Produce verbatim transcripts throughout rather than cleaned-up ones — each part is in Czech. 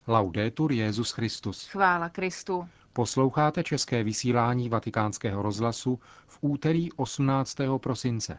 Laudetur Jesus Christus. Chvála Kristu. Posloucháte české vysílání Vatikánského rozhlasu v úterý osmnáctého prosince.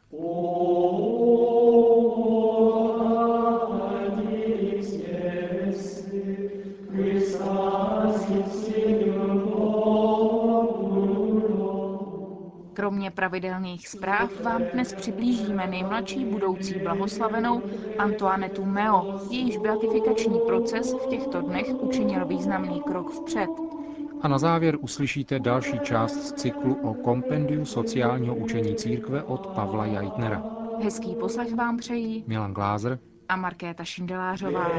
Kromě pravidelných zpráv vám dnes přiblížíme nejmladší budoucí blahoslavenou Antoinetu Meo. Jejíž beatifikační proces v těchto dnech učinil významný krok vpřed. A na závěr uslyšíte další část z cyklu o kompendiu sociálního učení církve od Pavla Jaitnera. Hezký poslech vám přejí Milan Glázer a Markéta Šindelářová.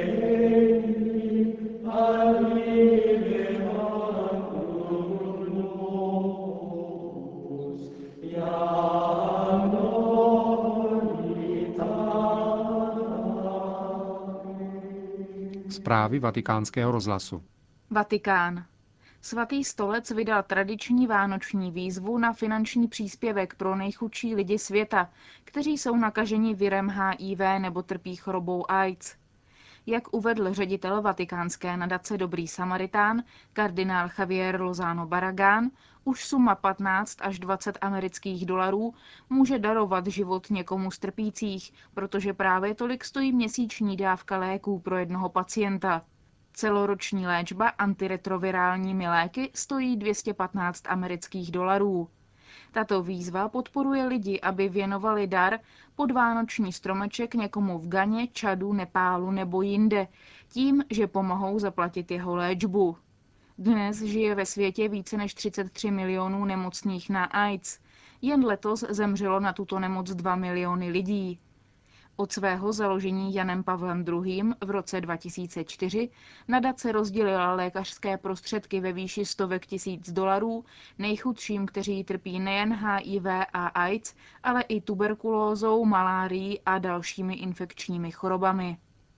Zprávy Vatikánského rozhlasu. Vatikán. Svatý stolec vydal tradiční vánoční výzvu na finanční příspěvek pro nejchudší lidi světa, kteří jsou nakaženi virem H I V nebo trpí chorobou AIDS. Jak uvedl ředitel vatikánské nadace Dobrý Samaritán, kardinál Javier Lozano Barragán, už suma patnáct až dvacet amerických dolarů může darovat život někomu z trpících, protože právě tolik stojí měsíční dávka léků pro jednoho pacienta. Celoroční léčba antiretrovirálními léky stojí dvě stě patnáct amerických dolarů. Tato výzva podporuje lidi, aby věnovali dar pod vánoční stromeček někomu v Ghaně, Čadu, Nepálu nebo jinde, tím, že pomohou zaplatit jeho léčbu. Dnes žije ve světě více než třicet tři milionů nemocných na AIDS. Jen letos zemřelo na tuto nemoc dva miliony lidí. Od svého založení Janem Pavlem druhým. v roce dva tisíce čtyři nadace rozdělila lékařské prostředky ve výši stovek tisíc dolarů nejchudším, kteří trpí nejen H I V a AIDS, ale i tuberkulózou, malárií a dalšími infekčními chorobami.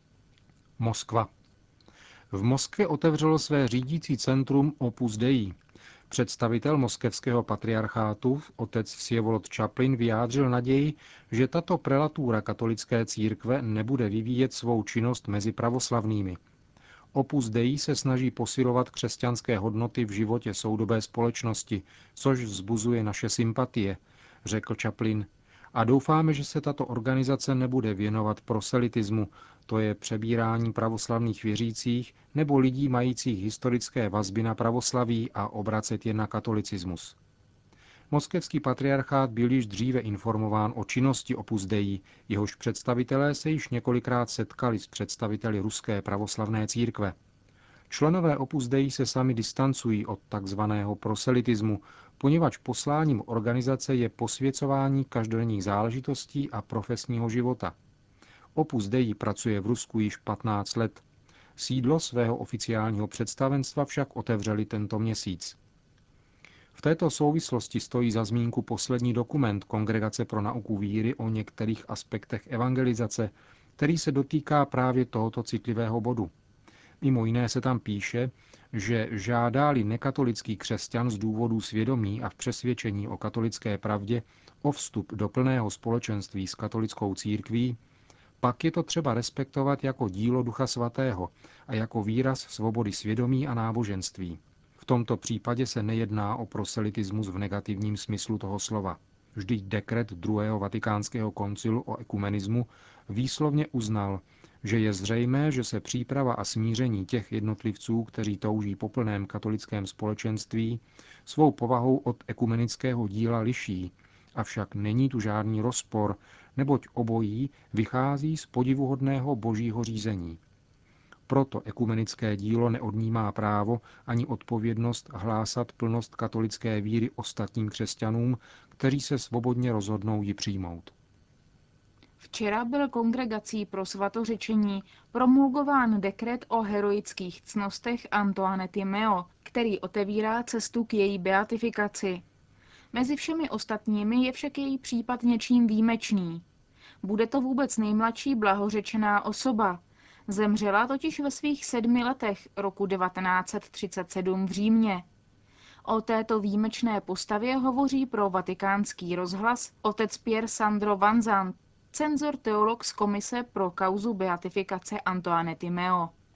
Moskva. V Moskvě otevřelo své řídící centrum Opus Dei. Představitel moskevského patriarchátu, otec Vsevolod Čaplin, vyjádřil naději, že tato prelatura katolické církve nebude vyvíjet svou činnost mezi pravoslavnými. Opus Dei se snaží posilovat křesťanské hodnoty v životě soudobé společnosti, což vzbuzuje naše sympatie, řekl Čaplin. A doufáme, že se tato organizace nebude věnovat proselitismu, to je přebírání pravoslavných věřících nebo lidí majících historické vazby na pravoslaví a obracet je na katolicismus. Moskevský patriarchát byl již dříve informován o činnosti Opus Dei, jehož představitelé se již několikrát setkali s představiteli ruské pravoslavné církve. Členové Opus Dei se sami distancují od takzvaného proselitismu, poněvadž posláním organizace je posvěcování každodenních záležitostí a profesního života. Opus Dei pracuje v Rusku již patnáct let. Sídlo svého oficiálního představenstva však otevřeli tento měsíc. V této souvislosti stojí za zmínku poslední dokument Kongregace pro nauku víry o některých aspektech evangelizace, který se dotýká právě tohoto citlivého bodu. Mimo jiné se tam píše, že žádá-li nekatolický křesťan z důvodů svědomí a v přesvědčení o katolické pravdě o vstup do plného společenství s katolickou církví, pak je to třeba respektovat jako dílo Ducha Svatého a jako výraz svobody svědomí a náboženství. V tomto případě se nejedná o proselitismus v negativním smyslu toho slova. Vždyť dekret druhého vatikánského koncilu o ekumenismu výslovně uznal, že je zřejmé, že se příprava a smíření těch jednotlivců, kteří touží po plném katolickém společenství, svou povahou od ekumenického díla liší, avšak není tu žádný rozpor, neboť obojí vychází z podivuhodného božího řízení. Proto ekumenické dílo neodnímá právo ani odpovědnost hlásat plnost katolické víry ostatním křesťanům, kteří se svobodně rozhodnou ji přijmout. Včera byl kongregací pro svatořečení promulgován dekret o heroických ctnostech Antoinety Meo, který otevírá cestu k její beatifikaci. Mezi všemi ostatními je však její případ něčím výjimečný. Bude to vůbec nejmladší blahořečená osoba. Zemřela totiž ve svých sedmi letech roku devatenáct set třicet sedm v Římě. O této výjimečné postavě hovoří pro vatikánský rozhlas otec Pier Sandro Vanzant, cenzor teolog z Komise pro kauzu beatifikace Antoinety Meo.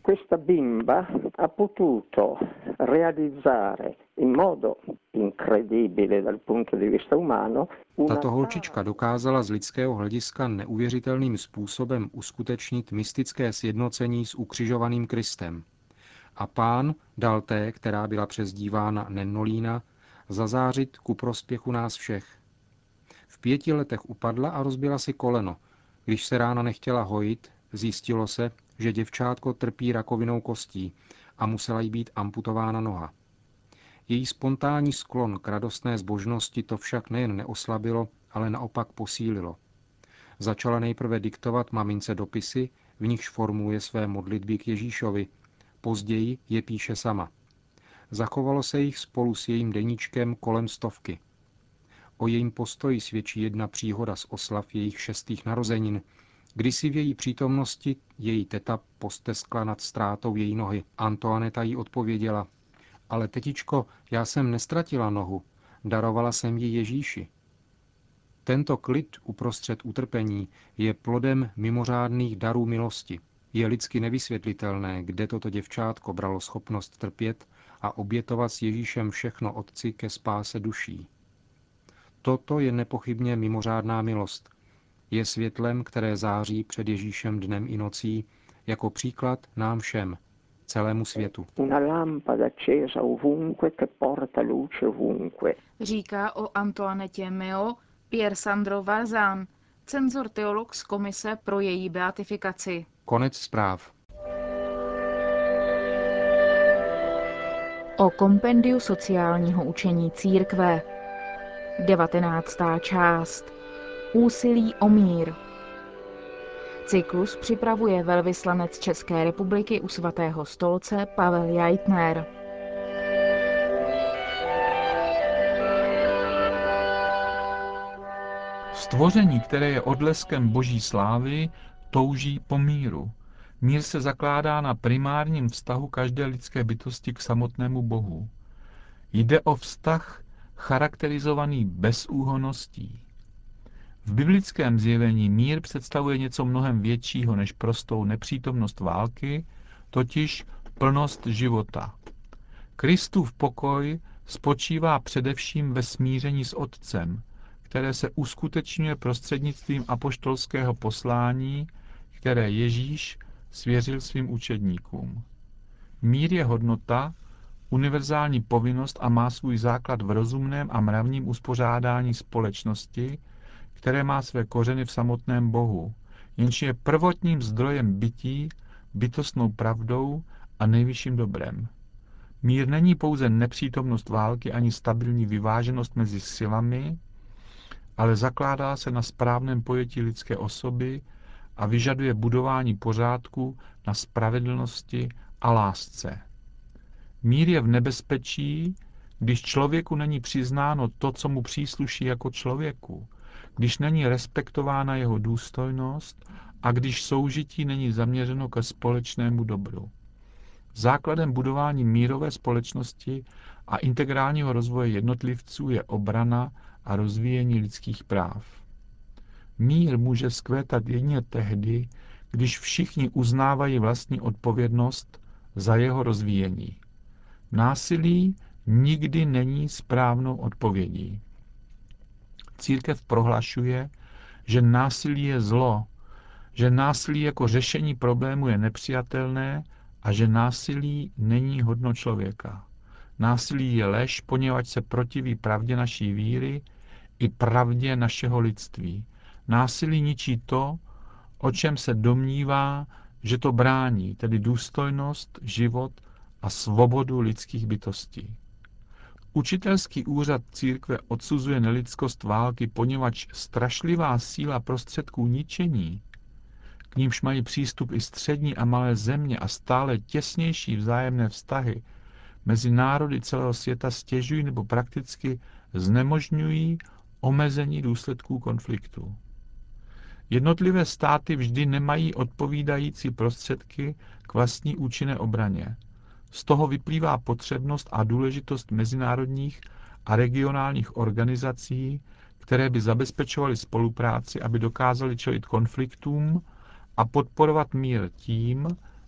Questa bimba ha potuto realizzare in modo incredibile dal punto di vista umano una Tato holčička dokázala z lidského hlediska neuvěřitelným způsobem uskutečnit mystické sjednocení s ukřižovaným Kristem. A Pán dal té, která byla přezdívána Nennolína, zazářit ku prospěchu nás všech. V pěti letech upadla a rozbila si koleno. Když se rána nechtěla hojit, zjistilo se, že děvčátko trpí rakovinou kostí a musela jí být amputována noha. Její spontánní sklon k radostné zbožnosti to však nejen neoslabilo, ale naopak posílilo. Začala nejprve diktovat mamince dopisy, v nichž formuluje své modlitby k Ježíšovi, později je píše sama. Zachovalo se jich spolu s jejím deníčkem kolem stovky. O jejím postoji svědčí jedna příhoda z oslav jejich šestých narozenin, kdy si v její přítomnosti její teta posteskla nad ztrátou její nohy. Antoaneta jí odpověděla: ale tetičko, já jsem nestratila nohu, darovala jsem ji Ježíši. Tento klid uprostřed utrpení je plodem mimořádných darů milosti. Je lidsky nevysvětlitelné, kde toto děvčátko bralo schopnost trpět a obětovat s Ježíšem všechno Otci ke spáse duší. Toto je nepochybně mimořádná milost. Je světlem, které září před Ježíšem dnem i nocí, jako příklad nám všem, celému světu. Una lampada accesa ovunque che porta luce ovunque. Říká o Antoinette Meo Pierre Sandro Varzán, cenzor teolog z Komise pro její beatifikaci. Konec zpráv. O kompendiu sociálního učení církve. devatenáctá část. Úsilí o mír. Cyklus připravuje velvyslanec České republiky u Svatého stolce Pavel Jajtner. Stvoření, které je odleskem boží slávy, touží po míru. Mír se zakládá na primárním vztahu každé lidské bytosti k samotnému Bohu. Jde o vztah charakterizovaný bezúhonností. V biblickém zjevení mír představuje něco mnohem většího než prostou nepřítomnost války, totiž plnost života. Kristův pokoj spočívá především ve smíření s Otcem, které se uskutečňuje prostřednictvím apoštolského poslání, které Ježíš svěřil svým učedníkům. Mír je hodnota, univerzální povinnost a má svůj základ v rozumném a mravním uspořádání společnosti, které má své kořeny v samotném Bohu, jenž je prvotním zdrojem bytí, bytostnou pravdou a nejvyšším dobrem. Mír není pouze nepřítomnost války ani stabilní vyváženost mezi silami, ale zakládá se na správném pojetí lidské osoby a vyžaduje budování pořádku na spravedlnosti a lásce. Mír je v nebezpečí, když člověku není přiznáno to, co mu přísluší jako člověku, když není respektována jeho důstojnost a když soužití není zaměřeno ke společnému dobru. Základem budování mírové společnosti a integrálního rozvoje jednotlivců je obrana a rozvíjení lidských práv. Mír může vzkvétat jedině tehdy, když všichni uznávají vlastní odpovědnost za jeho rozvíjení. Násilí nikdy není správnou odpovědí. Církev prohlašuje, že násilí je zlo, že násilí jako řešení problému je nepřijatelné a že násilí není hodno člověka. Násilí je lež, poněvadž se protiví pravdě naší víry i pravdě našeho lidství. Násilí ničí to, o čem se domnívá, že to brání, tedy důstojnost, život a svobodu lidských bytostí. Učitelský úřad církve odsuzuje nelidskost války, poněvadž strašlivá síla prostředků ničení, k nímž mají přístup i střední a malé země a stále těsnější vzájemné vztahy mezi národy celého světa, stěžují nebo prakticky znemožňují omezení důsledků konfliktu. Jednotlivé státy vždy nemají odpovídající prostředky k vlastní účinné obraně. Z toho vyplývá potřebnost a důležitost mezinárodních a regionálních organizací, které by zabezpečovaly spolupráci, aby dokázaly čelit konfliktům a podporovat mír tím,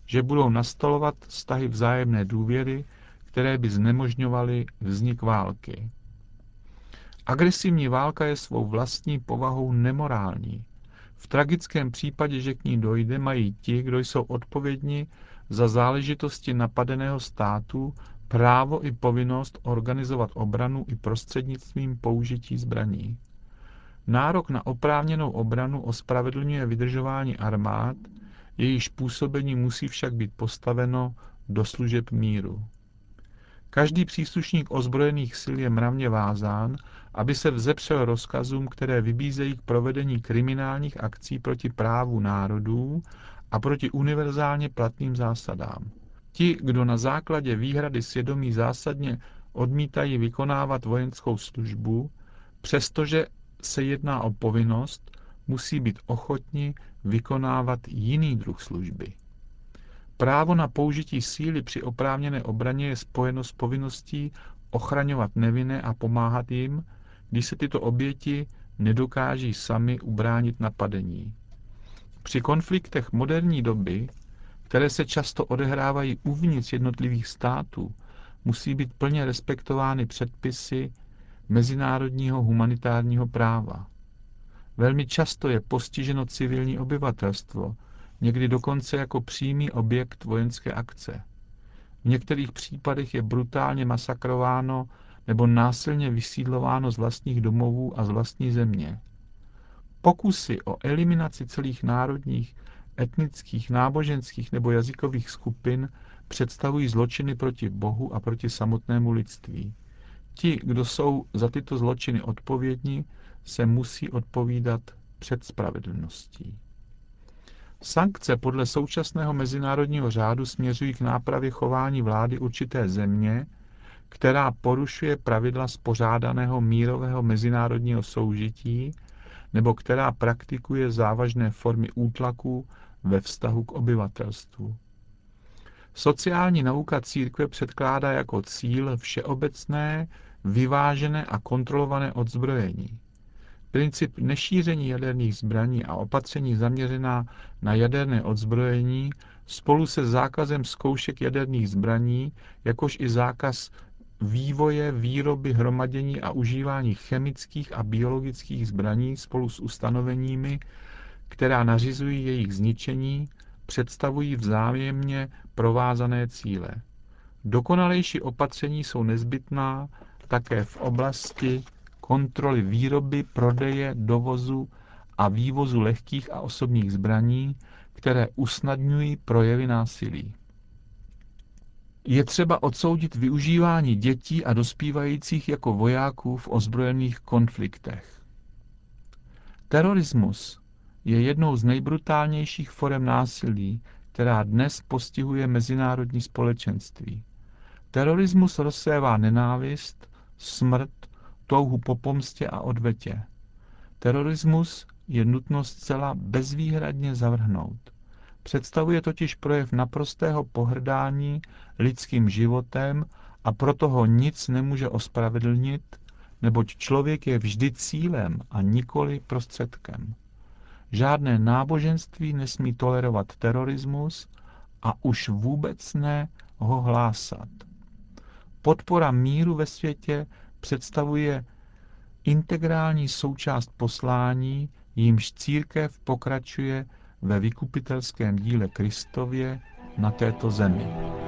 že budou nastolovat vztahy vzájemné důvěry, které by znemožňovaly vznik války. Agresivní válka je svou vlastní povahou nemorální. V tragickém případě, že k ní dojde, mají ti, kdo jsou odpovědni za záležitosti napadeného státu, právo i povinnost organizovat obranu i prostřednictvím použití zbraní. Nárok na oprávněnou obranu ospravedlňuje vydržování armád, jejíž působení musí však být postaveno do služeb míru. Každý příslušník ozbrojených sil je mravně vázán, aby se vzepřel rozkazům, které vybízejí k provedení kriminálních akcí proti právu národů a proti univerzálně platným zásadám. Ti, kdo na základě výhrady svědomí zásadně odmítají vykonávat vojenskou službu, přestože se jedná o povinnost, musí být ochotni vykonávat jiný druh služby. Právo na použití síly při oprávněné obraně je spojeno s povinností ochraňovat nevinné a pomáhat jim, když se tyto oběti nedokáží sami ubránit napadení. Při konfliktech moderní doby, které se často odehrávají uvnitř jednotlivých států, musí být plně respektovány předpisy mezinárodního humanitárního práva. Velmi často je postiženo civilní obyvatelstvo, někdy dokonce jako přímý objekt vojenské akce. V některých případech je brutálně masakrováno nebo násilně vysídlováno z vlastních domovů a z vlastní země. Pokusy o eliminaci celých národních, etnických, náboženských nebo jazykových skupin představují zločiny proti Bohu a proti samotnému lidství. Ti, kdo jsou za tyto zločiny odpovědní, se musí odpovídat před spravedlností. Sankce podle současného mezinárodního řádu směřují k nápravě chování vlády určité země, která porušuje pravidla spořádaného mírového mezinárodního soužití nebo která praktikuje závažné formy útlaku ve vztahu k obyvatelstvu. Sociální nauka církve předkládá jako cíl všeobecné, vyvážené a kontrolované odzbrojení. Princip nešíření jaderných zbraní a opatření zaměřená na jaderné odzbrojení spolu se zákazem zkoušek jaderných zbraní, jakož i zákaz vývoje, výroby, hromadění a užívání chemických a biologických zbraní spolu s ustanoveními, která nařizují jejich zničení, představují vzájemně provázané cíle. Dokonalejší opatření jsou nezbytná také v oblasti kontroly výroby, prodeje, dovozu a vývozu lehkých a osobních zbraní, které usnadňují projevy násilí. Je třeba odsoudit využívání dětí a dospívajících jako vojáků v ozbrojených konfliktech. Terorismus je jednou z nejbrutálnějších forem násilí, která dnes postihuje mezinárodní společenství. Terorismus rozsévá nenávist, smrt, touhu po pomstě a odvetě. Terorismus je nutno zcela bezvýhradně zavrhnout. Představuje totiž projev naprostého pohrdání lidským životem a proto ho nic nemůže ospravedlnit, neboť člověk je vždy cílem a nikoli prostředkem. Žádné náboženství nesmí tolerovat terorismus a už vůbec ne ho hlásat. Podpora míru ve světě představuje integrální součást poslání, jímž církev pokračuje ve vykupitelském díle Kristově na této zemi.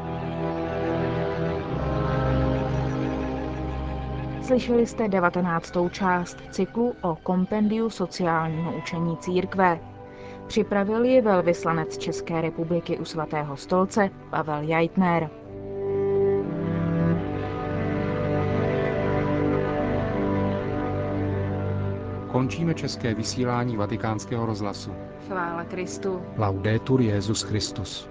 Slyšeli jste devatenáctou část cyklu o kompendiu sociálního učení církve. Připravil ji velvyslanec České republiky u Svatého stolce Pavel Jajtner. Končíme české vysílání Vatikánského rozhlasu. Chvála Kristu. Laudetur Jesus Christus.